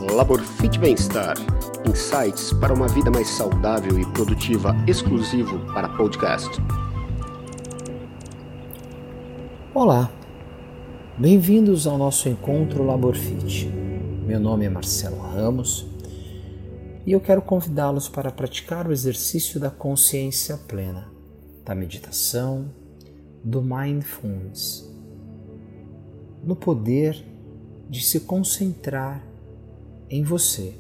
LaborFit Bem-Estar. Insights para uma vida mais saudável e produtiva, exclusivo para podcast. Olá, bem-vindos ao nosso encontro LaborFit. Meu nome é Marcelo Ramos e eu quero convidá-los para praticar o exercício da consciência plena, da meditação, do mindfulness, no poder de se concentrar em você,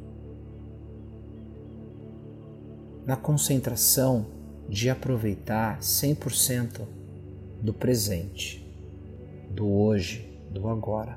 na concentração de aproveitar 100% do presente, do hoje, do agora.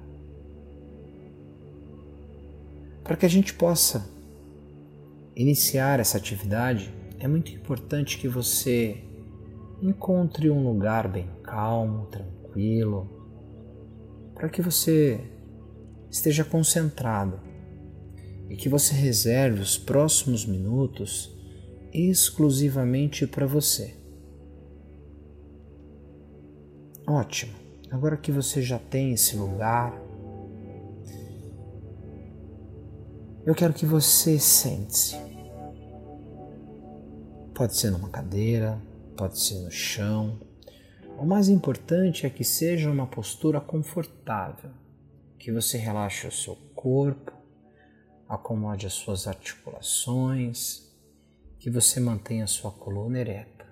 Para que a gente possa iniciar essa atividade, é muito importante que você encontre um lugar bem calmo, tranquilo, para que você esteja concentrado e que você reserve os próximos minutos exclusivamente para você. Ótimo! Agora que você já tem esse lugar, eu quero que você sente-se. Pode ser numa cadeira, pode ser no chão. O mais importante é que seja uma postura confortável, que você relaxe o seu corpo, acomode as suas articulações, que você mantenha a sua coluna ereta.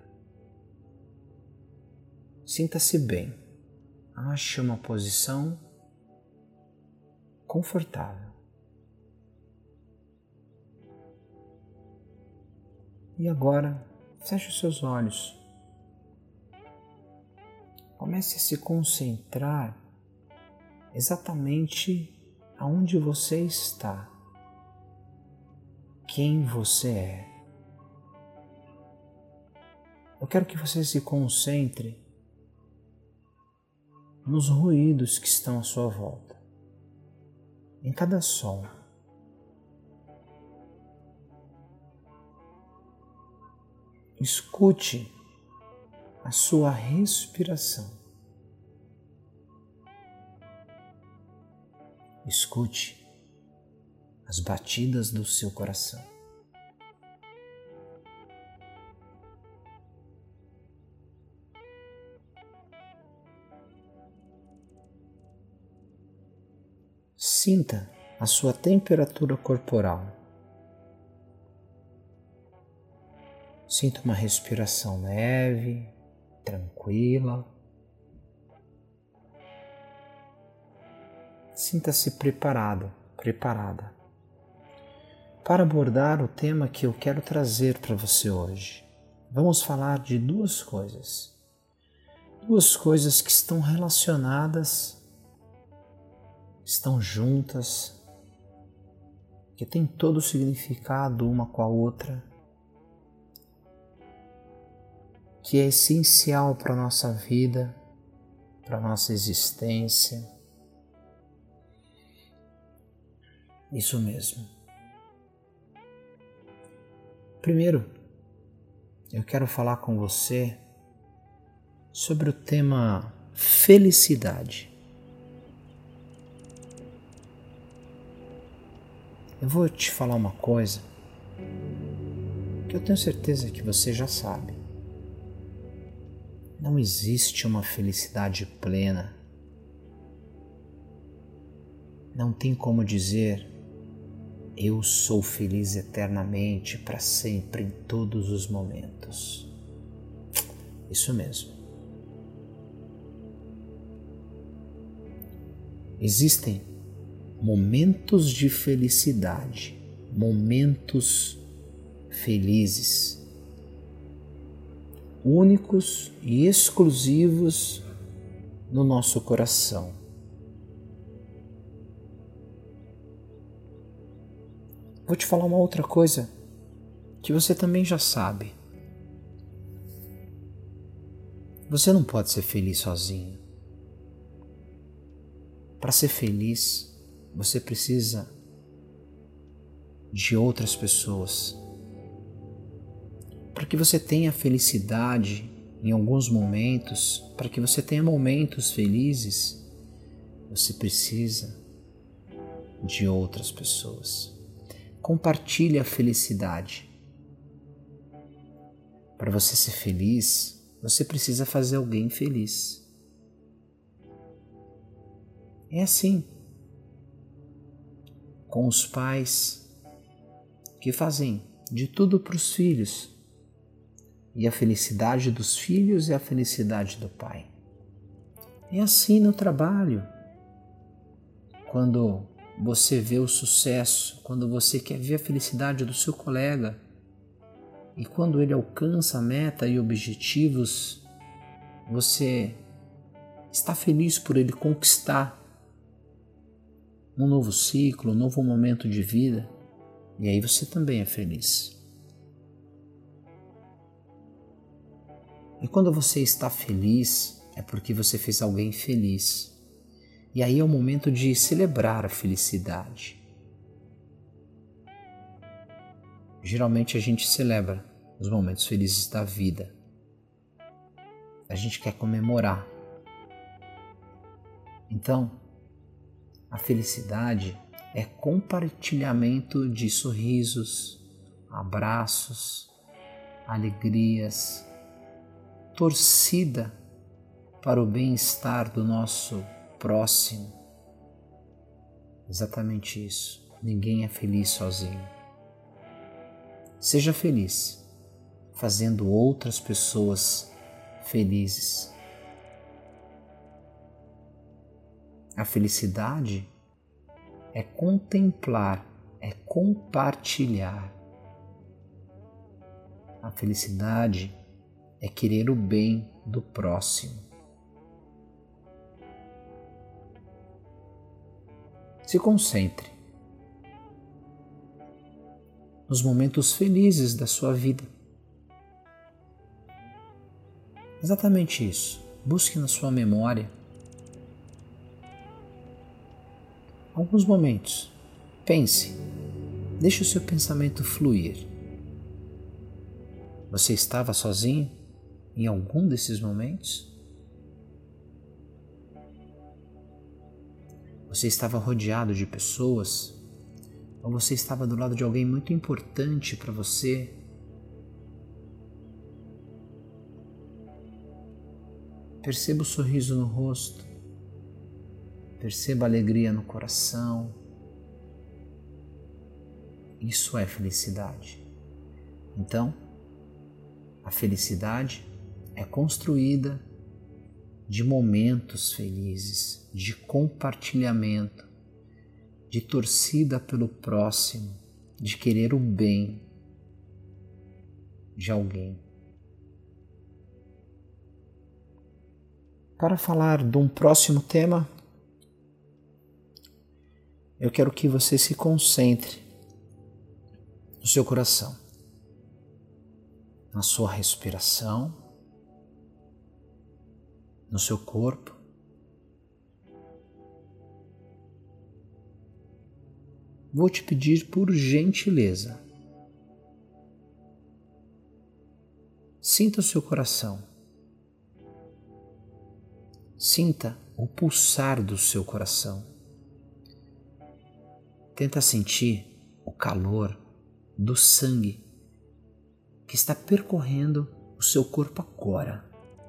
Sinta-se bem, ache uma posição confortável. E agora, feche os seus olhos. Comece a se concentrar exatamente aonde você está, quem você é. Eu quero que você se concentre nos ruídos que estão à sua volta, em cada som. Escute a sua respiração. Escute as batidas do seu coração. Sinta a sua temperatura corporal. Sinta uma respiração leve, tranquila. Sinta-se preparado, preparada para abordar o tema que eu quero trazer para você hoje. Vamos falar de duas coisas que estão relacionadas, estão juntas, que têm todo o significado uma com a outra, que é essencial para a nossa vida, para a nossa existência. Isso mesmo. Primeiro, eu quero falar com você sobre o tema felicidade. Eu vou te falar uma coisa que eu tenho certeza que você já sabe. Não existe uma felicidade plena. Não tem como dizer eu sou feliz eternamente, para sempre, em todos os momentos. Isso mesmo. Existem momentos de felicidade, momentos felizes, únicos e exclusivos no nosso coração. Vou te falar uma outra coisa que você também já sabe. Você não pode ser feliz sozinho. Para ser feliz, você precisa de outras pessoas. Para que você tenha felicidade em alguns momentos, para que você tenha momentos felizes, você precisa de outras pessoas. Compartilhe a felicidade. Para você ser feliz, você precisa fazer alguém feliz. É assim. Com os pais que fazem de tudo para os filhos. E a felicidade dos filhos é a felicidade do pai. É assim no trabalho. Quando você vê o sucesso, quando você quer ver a felicidade do seu colega, e quando ele alcança a meta e objetivos, você está feliz por ele conquistar um novo ciclo, um novo momento de vida, e aí você também é feliz. E quando você está feliz, é porque você fez alguém feliz. E aí é o momento de celebrar a felicidade. Geralmente a gente celebra os momentos felizes da vida. A gente quer comemorar. Então, a felicidade é compartilhamento de sorrisos, abraços, alegrias, torcida para o bem-estar do nosso próximo. Exatamente isso. Ninguém é feliz sozinho. Seja feliz, fazendo outras pessoas felizes. A felicidade é contemplar, é compartilhar. A felicidade é querer o bem do próximo. Se concentre nos momentos felizes da sua vida. Exatamente isso. Busque na sua memória alguns momentos. Pense. Deixe o seu pensamento fluir. Você estava sozinho em algum desses momentos? Você estava rodeado de pessoas? Ou você estava do lado de alguém muito importante para você? Perceba o sorriso no rosto. Perceba a alegria no coração. Isso é felicidade. Então, a felicidade é construída de momentos felizes, de compartilhamento, de torcida pelo próximo, de querer o bem de alguém. Para falar de um próximo tema, eu quero que você se concentre no seu coração, na sua respiração, no seu corpo. Vou te pedir por gentileza, sinta o seu coração, sinta o pulsar do seu coração. Tenta sentir o calor do sangue que está percorrendo o seu corpo agora.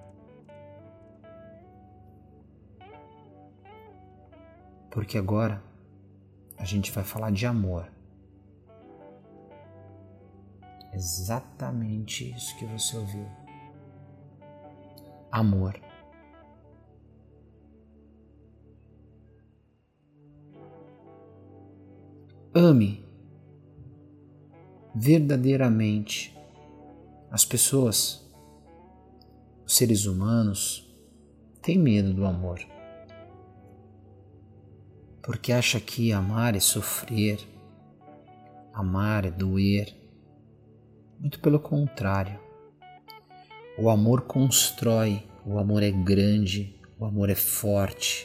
Porque agora a gente vai falar de amor. Exatamente isso que você ouviu. Amor. Ame verdadeiramente as pessoas. Os seres humanos têm medo do amor, porque acha que amar é sofrer, amar é doer. Muito pelo contrário. O amor constrói, o amor é grande, o amor é forte.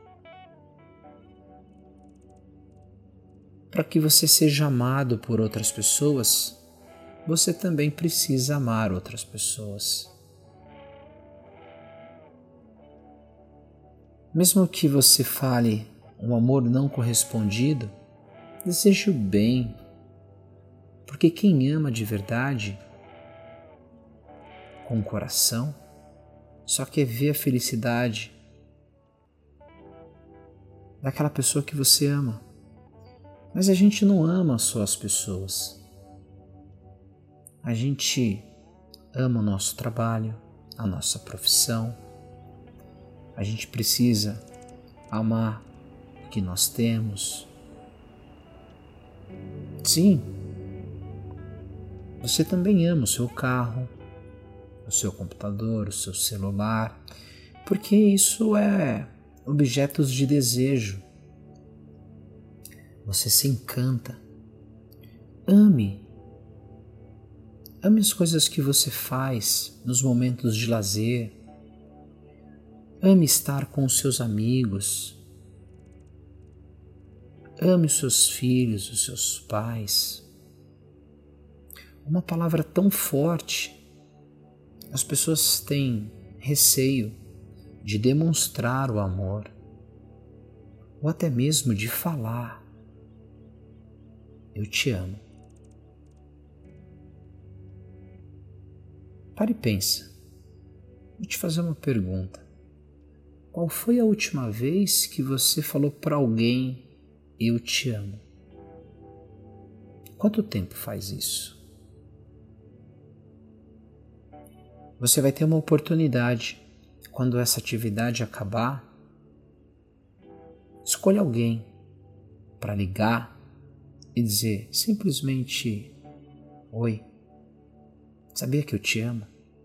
Para que você seja amado por outras pessoas, você também precisa amar outras pessoas. Mesmo que você fale um amor não correspondido, deseje o bem, porque quem ama de verdade, com o coração, só quer ver a felicidade daquela pessoa que você ama. Mas a gente não ama só as pessoas. A gente ama o nosso trabalho, a nossa profissão. A gente precisa amar o que nós temos. Sim, você também ama o seu carro, o seu computador, o seu celular, porque isso é objetos de desejo. Você se encanta. Ame as coisas que você faz nos momentos de lazer. Ame estar com os seus amigos. Ame os seus filhos, os seus pais. Uma palavra tão forte, as pessoas têm receio de demonstrar o amor, ou até mesmo de falar: eu te amo. Pare e pensa. Vou te fazer uma pergunta. Qual foi a última vez que você falou para alguém: eu te amo? Quanto tempo faz isso? Você vai ter uma oportunidade. Quando essa atividade acabar, escolha alguém para ligar e dizer simplesmente: oi, sabia que eu te amo?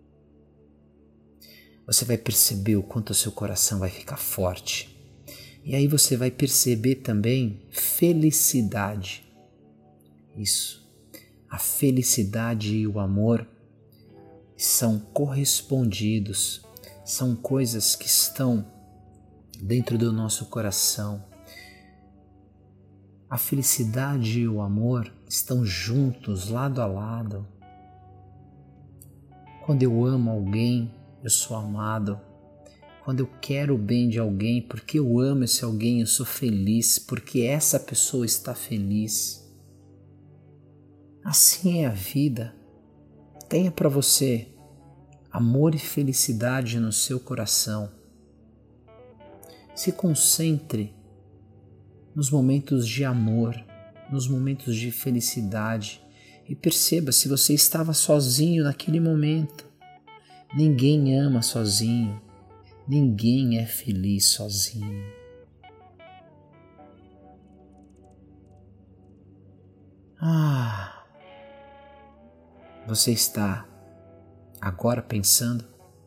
Você vai perceber o quanto o seu coração vai ficar forte. E aí você vai perceber também felicidade. Isso. A felicidade e o amor são correspondidos, são coisas que estão dentro do nosso coração. A felicidade e o amor estão juntos, lado a lado. Quando eu amo alguém, eu sou amado. Quando eu quero o bem de alguém, porque eu amo esse alguém, eu sou feliz, porque essa pessoa está feliz. Assim é a vida. Tenha para você amor e felicidade no seu coração. Se concentre nos momentos de amor, nos momentos de felicidade e perceba se você estava sozinho naquele momento. Ninguém ama sozinho, ninguém é feliz sozinho. Você está agora pensando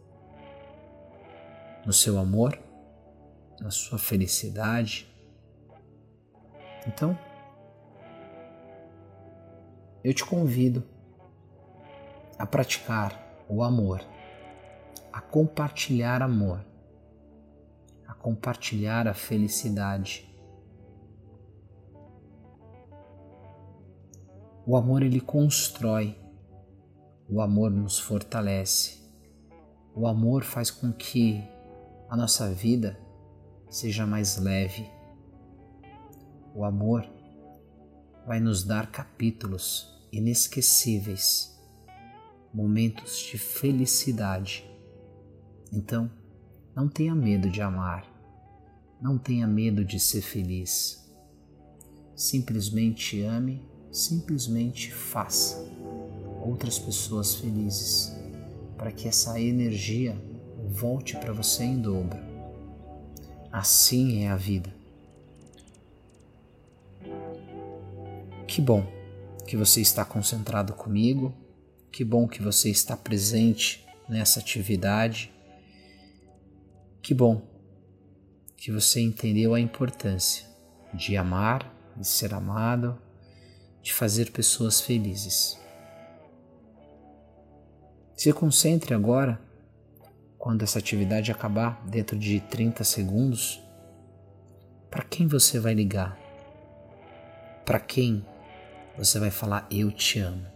no seu amor, na sua felicidade? Então, eu te convido a praticar o amor, a compartilhar amor, a compartilhar a felicidade. O amor, ele constrói, o amor nos fortalece, o amor faz com que a nossa vida seja mais leve. O amor vai nos dar capítulos inesquecíveis, momentos de felicidade. Então, não tenha medo de amar, não tenha medo de ser feliz. Simplesmente ame, simplesmente faça outras pessoas felizes, para que essa energia volte para você em dobro. Assim é a vida. Que bom que você está concentrado comigo, que bom que você está presente nessa atividade, que bom que você entendeu a importância de amar, de ser amado, de fazer pessoas felizes. Se concentre agora, quando essa atividade acabar, dentro de 30 segundos, para quem você vai ligar? Para quem você vai falar eu te amo?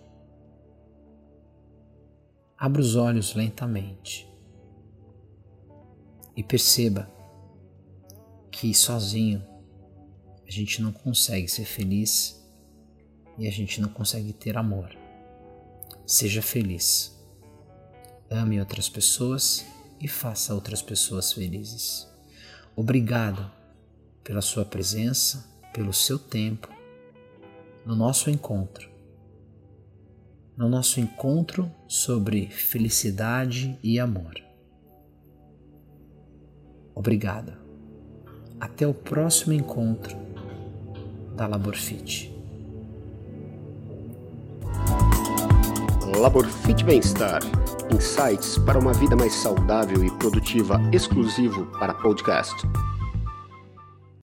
Abra os olhos lentamente e perceba que sozinho a gente não consegue ser feliz e a gente não consegue ter amor. Seja feliz. Ame outras pessoas e faça outras pessoas felizes. Obrigado pela sua presença, pelo seu tempo no nosso encontro. No nosso encontro sobre felicidade e amor. Obrigado. Até o próximo encontro da Laborfit. Laborfit Bem-Estar. Insights para uma vida mais saudável e produtiva exclusivo para podcast.